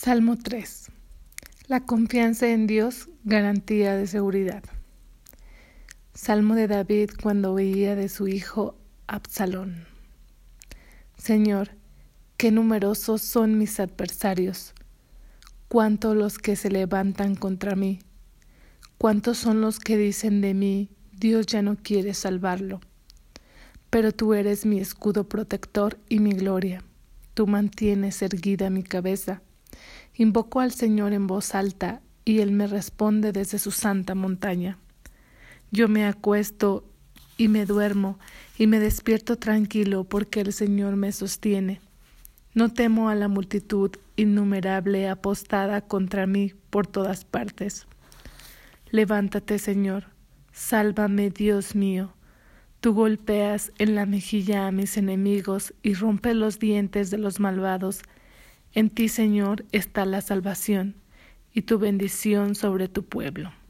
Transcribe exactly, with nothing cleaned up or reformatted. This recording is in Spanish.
Salmo tres. La confianza en Dios, garantía de seguridad. Salmo de David cuando huía de su hijo Absalón. Señor, qué numerosos son mis adversarios, cuántos los que se levantan contra mí, cuántos son los que dicen de mí, Dios ya no quiere salvarlo. Pero tú eres mi escudo protector y mi gloria, tú mantienes erguida mi cabeza. Invoco al Señor en voz alta, y Él me responde desde su santa montaña. Yo me acuesto y me duermo, y me despierto tranquilo, porque el Señor me sostiene. No temo a la multitud innumerable apostada contra mí por todas partes. Levántate, Señor, sálvame, Dios mío. Tú golpeas en la mejilla a mis enemigos y rompes los dientes de los malvados. En ti, Señor, está la salvación y tu bendición sobre tu pueblo.